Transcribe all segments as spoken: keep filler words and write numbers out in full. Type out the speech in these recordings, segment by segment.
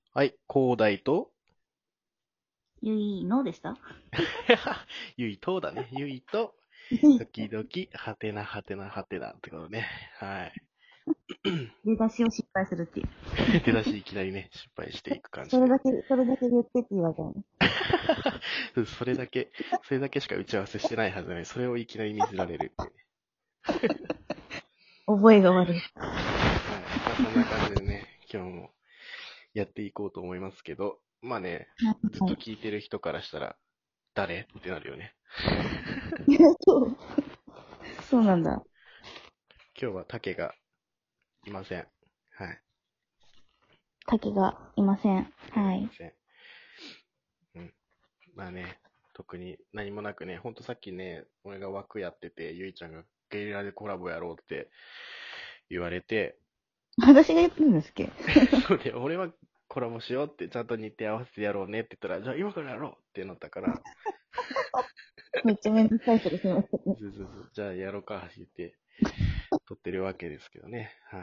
はい、広大と、 ゆいのでした。 ゆいとだね。ゆいと、時々、はてなはてなはてなってことね。はい。 出だしを失敗するっていう。 出だしいきなりね、失敗していく感じで。 それだけ、それだけ言ってって言われたのね。 それだけ、それだけしか打ち合わせしてないはずなのに、それをいきなり見せられるっていうね。 覚えが悪い。 はい。まあ、そんな感じでね、今日もやっていこうと思いますけど、まあね、ずっはい。 と聞いてる人からしたら、誰ってなるよね。 いや、そう。そうなんだ。 今日は竹がいません。はい。 竹がいません。 竹がはい。 いません。うん。まあね、特に何もなくね、ほんとさっきね、俺が枠やってて、ゆいちゃんがゲリラでコラボやろうって言われて、 私が言ってるんですっけ。 そうで、俺はコラボしようって、ちゃんと日程合わせてやろうねって言ったら、じゃあ今からやろうってなったから、 めっちゃめんどくさい人ですみませんね。 ずずずじゃあやろうか、言って、撮ってるわけですけどね。はい。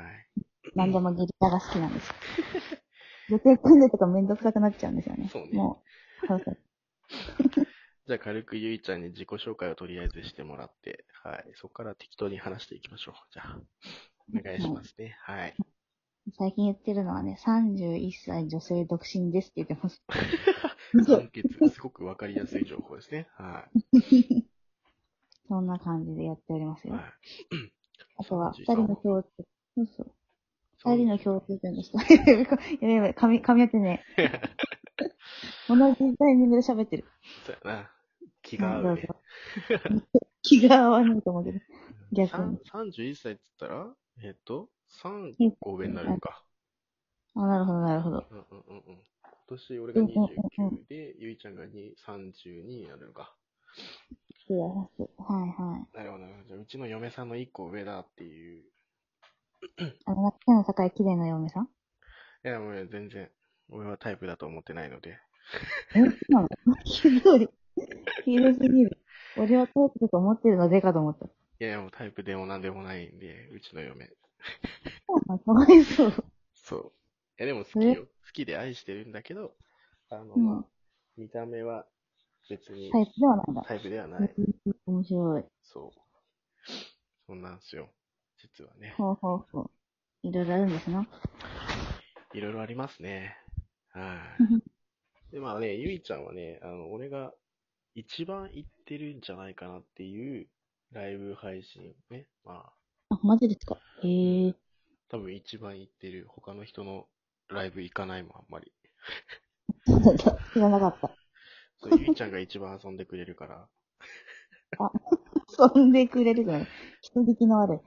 何でもゲリラが好きなんです。予定組んでとかめんどくさくなっちゃうんですよね。 そうね。 もう、そうそう。 じゃあ軽くゆいちゃんに自己紹介をとりあえずしてもらって、はい。そこから適当に話していきましょう。じゃあ、お願いしはい。 ますね。はい。 最近言ってるのはね、さんじゅういっさい女性独身ですって言ってます。 簡潔、すごくわかりやすい情報ですね。はい。 そんな感じでやっておりますよ。 はい。 あとは、二人のさんじゅうさん。 共通、そうそう。二人の共通さんじゅうさん。 点でした。やばいやばいやばい、噛み、噛み合ってね。同じタイミングで喋ってる。 そうやな。気はい、 が合うね。 どうぞ。気が合わないと思うけど、逆に。 さんさんじゅういっさいって言ったら、えっと、さんいい個上になるんか。 あ、なるほど、なるほど。 うんうんうんうん。今年俺がうんうんうんうん。 にじゅうきゅうで、ゆいちゃんがにさんじゅうにになるのか。 いや、はいはい。 なるほどなるほど。じゃあ、うちの嫁さんのいっこ上だっていう。 あの、背の高い綺麗な嫁さん。 いや、もうね全然、俺はタイプだと思ってないので。 え、そうなの？ひどい。ひどすぎる。俺はタイプだと思ってるのでかと思った。 いやいや、もうタイプでもなんでもないんで、うちの嫁。 そうなの？かわいそう。 そう。いや、でも好それ、 きよ。好きで愛してるんだけど、あの、まあ、 うん。 見た目は別にタイプではないんだ。 タイプではなうん、 い。 面白い。 そう。そんなんすよ。実はね。 ほうほうほう。いろいろあるんですな。 いろいろありますね。はい。で、まあね、ゆいちゃんはね、あの、俺が一番行ってるんじゃないかなっていうライブ配信ね。まあ、 あ、マジですか。 うん。 へえ。 多分一番行ってる。他の人のライブ行かないもん、あんまり。 そうだった。知らなかった。 そう、ゆいちゃんが一番遊んでくれるから。 あ、遊んでくれるじゃない。人聞きの悪い。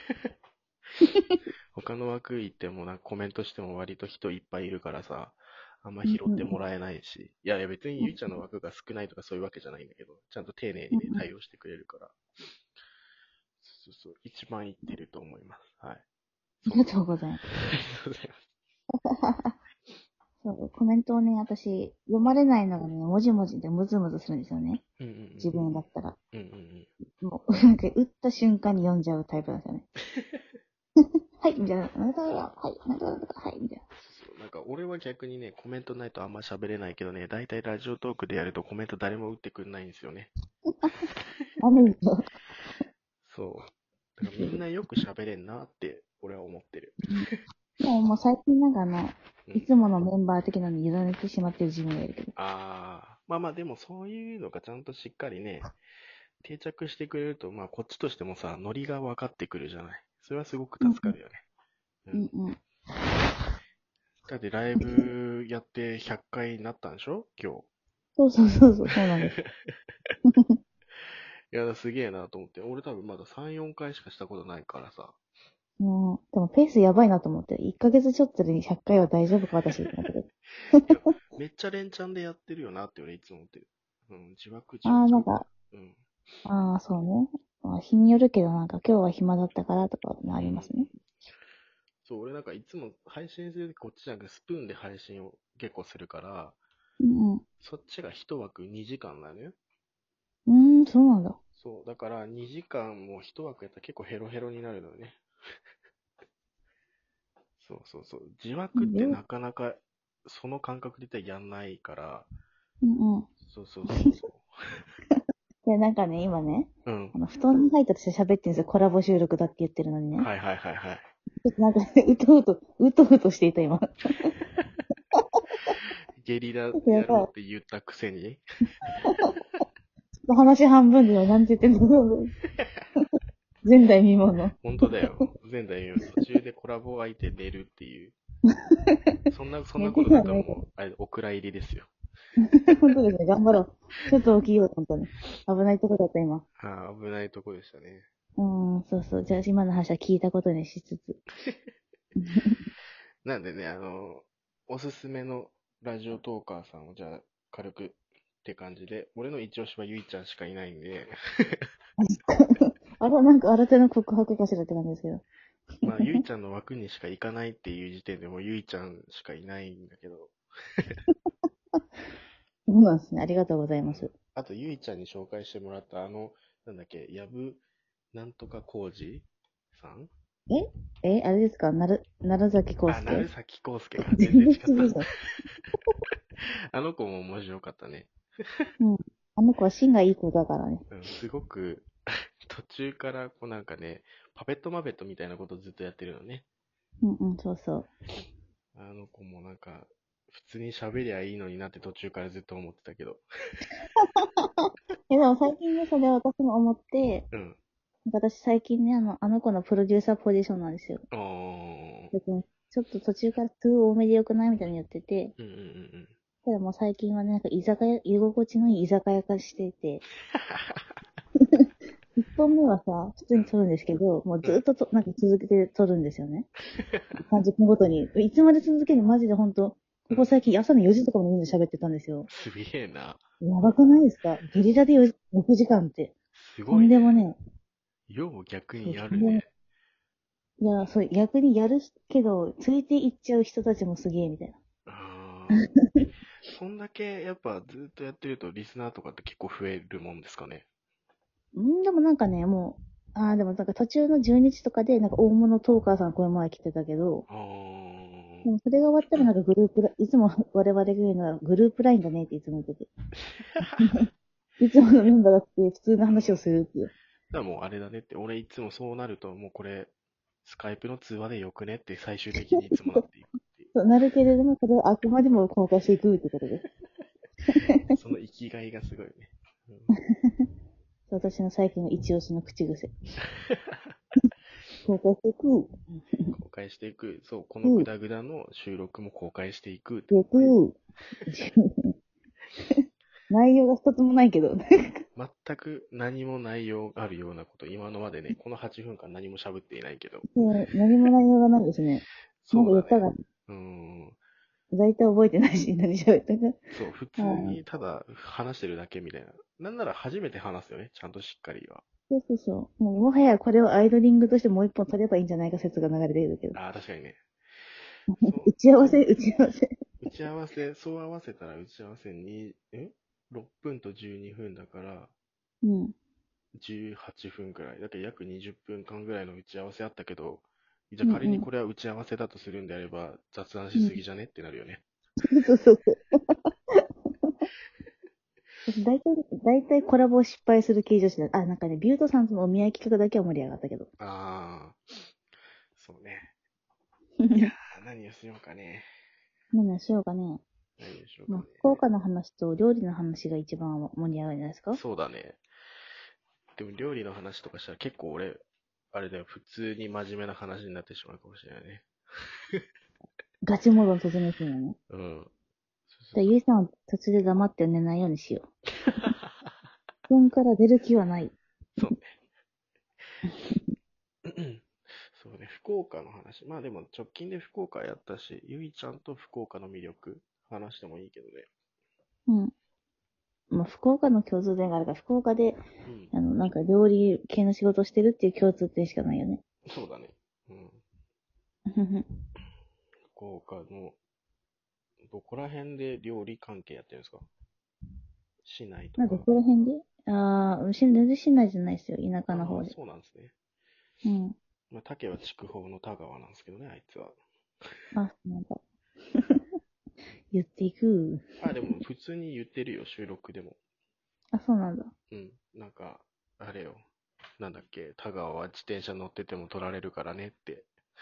他の枠行ってもなんかコメントしても割と人いっぱいいるからさ、あんまうん拾うんうんってもらえないし。いやいや別にうんゆいちゃんの枠が少ないとかそういうわけじゃないんだけど、ちゃんと丁寧にね、 うんうん。 対応してくれるから。そうそう、一番いってると思います。はい。 ありがそんな。 とうございます。 ありがとうございます。 そう、コメントをね、私、読まれないのがね、もじもじでムズムズするんですよね。 うんうん自分だったら。 うん。うんうんうん。 もう、なんか、打った瞬間に読んじゃうタイプなんですよね。はい、みたいな。あなたは、はい、あなたは、はい、みたいな。 そう、なんか俺は逆にね、コメントないとあんま喋れないけどね、だいたいラジオトークでやるとコメント誰も打ってくんないんですよね。 あるよ。 そう。だからみんなよく喋れんなって俺は思ってる。 もう、もう最近なんかあの、 うん。 いつものメンバー的なのに委ねてしまってる自分がいるけど。 ああ、まあまあでもそういうのがちゃんとしっかりね、定着してくれると、まあこっちとしてもさ、ノリが分かってくるじゃない。それはすごくうん助かるよね。うん。 うんうんうん。 だってライブやってひゃっかいになったんでしょ今そうそうそうそう、そうなんです。 日。いや、すげえなと思って。俺多分まださん、よんかいしかしたことないからさ。 もう、でもペースやばいなと思って。いっかげつちょっとでひゃっかいは大丈夫か私って思ったけど。 いや、めっちゃ連チャンでやってるよなって俺いつも思ってる。うん、自爆自ああ、なん爆。 か、 うん。 ああ、そうね。まあ、日によるけど、なんか今日は暇だったからとかもあうん。 りますね。 そう、俺なんかいつも配信するときこっちなんかスプーンで配信を結構するから、 うんうん。 そっちが一枠にじかんなのよ。 うーん、そうなんだ。 そう、だからにじかんも一枠やったら結構ヘロヘロになるのよね。そうそうそう。自枠ってで、 なかなかその感覚で言ったらやんないから、 うんうん。 そうそうそうそで、なんかね、今ね、 う。うん。 あの、布団に入ったとして喋ってるんですよ。コラボ収録だって言ってるのにね。 はいはいはいはい。 ちょっとなんか、うとうと、うとうとしていた今。 ゲリラやばい。 やろうって言ったくせに。 話半分で今なんて言ってんの前代未聞の。 本当だよ。前代未聞。途中でコラボ相手寝るっていう。そんな、そんな寝ことだてはないかったらもう、あれ、お蔵入りですよ。 ら。本当ですね。頑張ろう。ちょっと起きよう、本当に。危ないとこだった、今。 ああ、危ないとこでしたね。 うーん、そうそう。じゃあ、今の話は聞いたことにしつつ。 なんでね、あの、おすすめのラジオトーカーさんをじゃあ軽くって感じで、俺の一押しはゆいちゃんしかいないんで、 あれ、なんか新手の告白かしらって感じですけど。 まあゆいちゃんの枠にしか行かないっていう時点でもうゆいちゃんしかいないんだけど、 そうなんですね。ありがとうございうん、 ます。 あとゆいちゃんに紹介してもらったあの、なんだっけ、やぶなんとか工事さん。 ええ、あれですかなる、奈良崎康あ、鳴介。 崎康介か。全全然然違った。 違うじゃん。 あの子も面白かったね。 うん。あの子は芯がいい子だからね。 うん、すごく途中からこうなんかね、パペットマペットみたいなことずっとやってるのね。 うんうん、そうそう。 あの子もなんか、普通に喋りゃいいのになって途中からずっと思ってたけど。 え、でも最近ね、それ私も思って、 うん。 私最近ね、あの、あの子のプロデューサーポジションなんですよ。 あー。 別に、ちょっと途中から通多めでよくないみたいに言ってて、 うんうんうんうん。 ただもう最近はね、なんか居酒屋、居心地のいい居酒屋化していて、一本目はさ、普通うん。 に撮るんですけど、もううん。 ずっとと、なんか続けて撮るんですよね。さんじゅっぷんごとに。いつまで続けるのマジでほんと、 うん。 ここ最近朝のよじとかもみんな喋ってたんですよ。 すげえな。 やばくないですかゲリラでよじろくじかんって。とすごいね。 んでもねよう逆え。そう、 にやるね。 とんでもいや、そう、逆にやるけど、ついていっちゃう人たちもすげえ、みたいな。 あー。え、そんだけやっぱずっとやってるとリスナーとかって結構増えるもんですかね。 んでもなんかね、もう、ああ、でもなんか途中のじゅうにちとかで、なんか大物トーカーさんこの前来てたけど、 あー。 でもそれが終わったらなんかグループラ、いつも我々が言うのはグループラインだねっていつも言ってて。いつものメンバーが来て普通のうん。 話をするっていう。 だからもうあれだねって、俺いつもそうなると、もうこれ、スカイプの通話でよくねって最終的にいつもなっていくっていう。 そうなるけれども、それをあくまでも公開していくってことです。 その生きがいがすごいね。うん、 私の最近の一押しの口癖。公開していく。 公開していく。そう、このうん。 グダグダの収録も公開していく。 よく。内容が一つもないけど。 全く何も内容あるようなこと、今のまでね、このはちふんかん何も喋っていないけど。 もう何も内容がないですね。なんそうだね。 か言ったが、 うーん。 大体覚えてないし、何喋ったか。 そう、普通はい。 にただ話してるだけみたいな。なんなら初めて話すよね。ちゃんとしっかりは。 そうそうそう。もう、もはやこれをアイドリングとしてもう一本取ればいいんじゃないか説が流れてるけど。 ああ、確かにね。そ打ち合わせ、打ち合わせ。 う、打ち合わせ、そう合わせたら打ち合わせに、え ?ろっ 分とじゅうにふんだから、 うん。 じゅうはっぷんくらい。だから約にじゅっぷんかんぐらいの打ち合わせあったけど、じゃあうんうん。 仮にこれは打ち合わせだとするんであれば、雑談しうん。 すぎじゃねってなるよね。 そうそうそう。大体、大体コラボ失敗する系女子だ。あ、なんかね、ビュートさんとのお見合い企画だけは盛り上がったけど。 ああ、そうね。いやー、何をしようかね。 何をしようかね。 何をしようかまあ、 ね。 福岡の話と料理の話が一番盛り上がるんじゃないですか。 そうだね。でも料理の話とかしたら結構俺、あれだよ、普通に真面目な話になってしまうかもしれないね。 ガチモードに突入するのね。 うん。そうそうじゃあ、ゆいさんは途中で黙って寝ないようにしよう。布団から出る気はない。 そうね。そうね、福岡の話。まあでも直近で福岡やったし、ゆいちゃんと福岡の魅力話してもいいけどね。 うん。まあ、福岡の共通点があるから、福岡で、 うん。 あの、なんか料理系の仕事をしてるっていう共通点しかないよね。 そうだね。うん。福岡の、どこら辺で料理関係やってるんですか？市内とまあ、どか。 こら辺でああ、し全然市内じゃないですよ。田舎のああ、 方で。 そうなんですね。 うん。 まあ、竹は筑豊の田川なんですけどね、あいつは。 あ、なんか。 言っていく。 あ、でも普通に言ってるよ、収録でも。 あ、そうなんだ。 うん。なんか、あれよ。なんだっけ、田川は自転車乗ってても取られるからねって。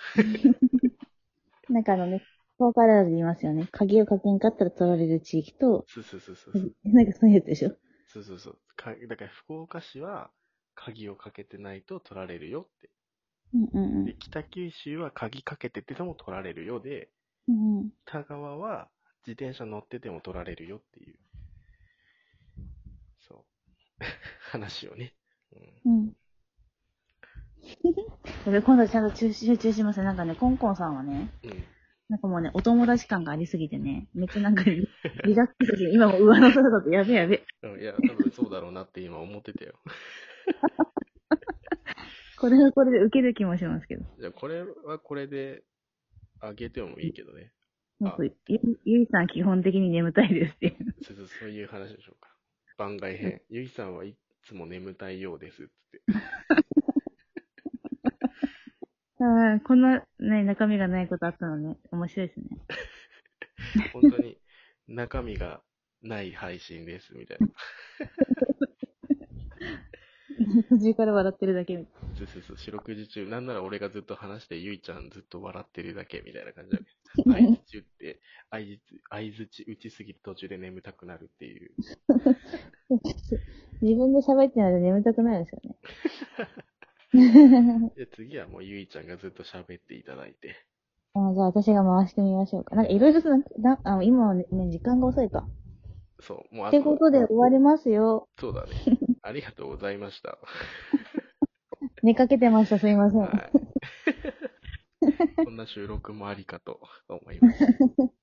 なんかあのね、ここからで言いますよね。鍵をかけんかったら取られる地域と、 そうそうそうそう。 なんかそういうやつでしょ。 そうそうそう。かだから福岡市は鍵をかけてないと取られるよって。 うんうんうで、 ん。 北九州は鍵かけてても取られるよで、 うんうん。 田川は自転車乗ってても取られるよっていう、そう、話をね。 うん。で、今度ちゃんと集集中しますね。なんかね、コンコンさんはね、 うん。うん。 なんかもうね、お友達感がありすぎてね、めっちゃなんかリリラックスして、今も上の空だとやべやべ。 うんいや、多分そうだろうなって今思ってたよ。 これはこれで受ける気もしますけど。 じゃあこれはこれであげてもいいけどね。あ、 そうそう、ゆゆいさん基本的に眠たいですっていう。 そうそうそういう話でしょうか。番外編。ゆいさんはいつも眠たいようですっつって。 ああ、こんなね、中身がないことあったのね、面白いですね。 本当に中身がない配信ですみたいな。 途中から笑ってるだけみたいそうそうそう、四六時中、なんなら俺がずっと話して、ゆいちゃんずっと笑ってるだけみたいな感じだね。相づち打って、相づち、相づち打ちすぎて途中で眠たくなるっていう。 な。自分で喋ってないと眠たくないですよね。 で次はもうゆいちゃんがずっと喋っていただいて。 あじゃあ私が回してみましょうか。なんかいろいろとな、なあ今はね、ね時間が遅いか。 そう、もうあってと、 ことで終わりますよ。 そうだね。ありがとうございました。 寝かけてました、すいません。 はい。こんな収録もありかと思います。